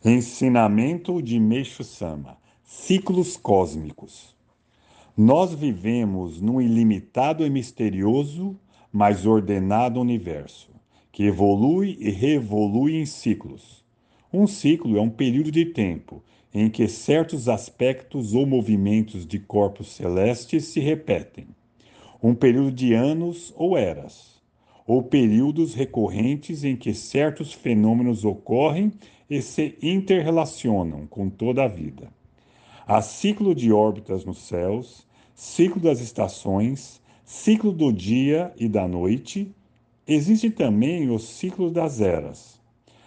Ensinamento de Meixo Sama: Ciclos cósmicos. Nós vivemos num ilimitado e misterioso, mas ordenado universo, que evolui e reevolui em ciclos. Um ciclo é um período de tempo em que certos aspectos ou movimentos de corpos celestes se repetem. Um período de anos ou eras, ou períodos recorrentes em que certos fenômenos ocorrem e se interrelacionam com toda a vida. Há ciclo de órbitas nos céus, ciclo das estações, ciclo do dia e da noite. Existe também o ciclo das eras.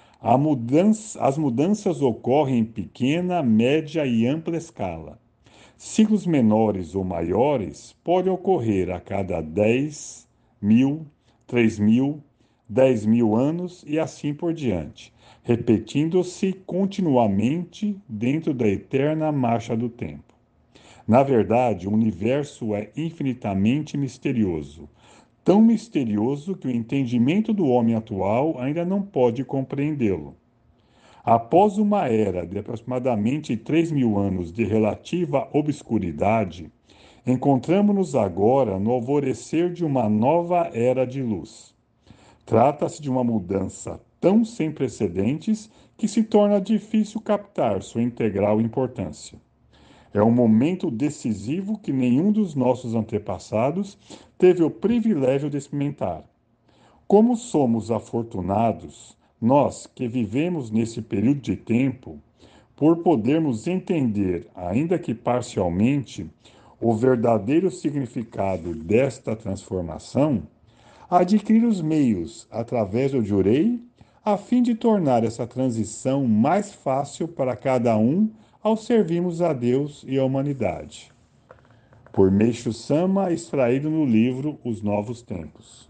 As mudanças ocorrem em pequena, média e ampla escala. Ciclos menores ou maiores podem ocorrer a cada 10.000, 3.000, 10.000 anos e assim por diante, repetindo-se continuamente dentro da eterna marcha do tempo. Na verdade, o universo é infinitamente misterioso, tão misterioso que o entendimento do homem atual ainda não pode compreendê-lo. Após uma era de aproximadamente 3.000 anos de relativa obscuridade, encontramos-nos agora no alvorecer de uma nova era de luz. Trata-se de uma mudança tão sem precedentes que se torna difícil captar sua integral importância. É um momento decisivo que nenhum dos nossos antepassados teve o privilégio de experimentar. Como somos afortunados, nós que vivemos nesse período de tempo, por podermos entender, ainda que parcialmente, o verdadeiro significado desta transformação, adquirir os meios através do Jurei, a fim de tornar essa transição mais fácil para cada um ao servirmos a Deus e a humanidade. Por Meixo Sama, extraído no livro Os Novos Tempos.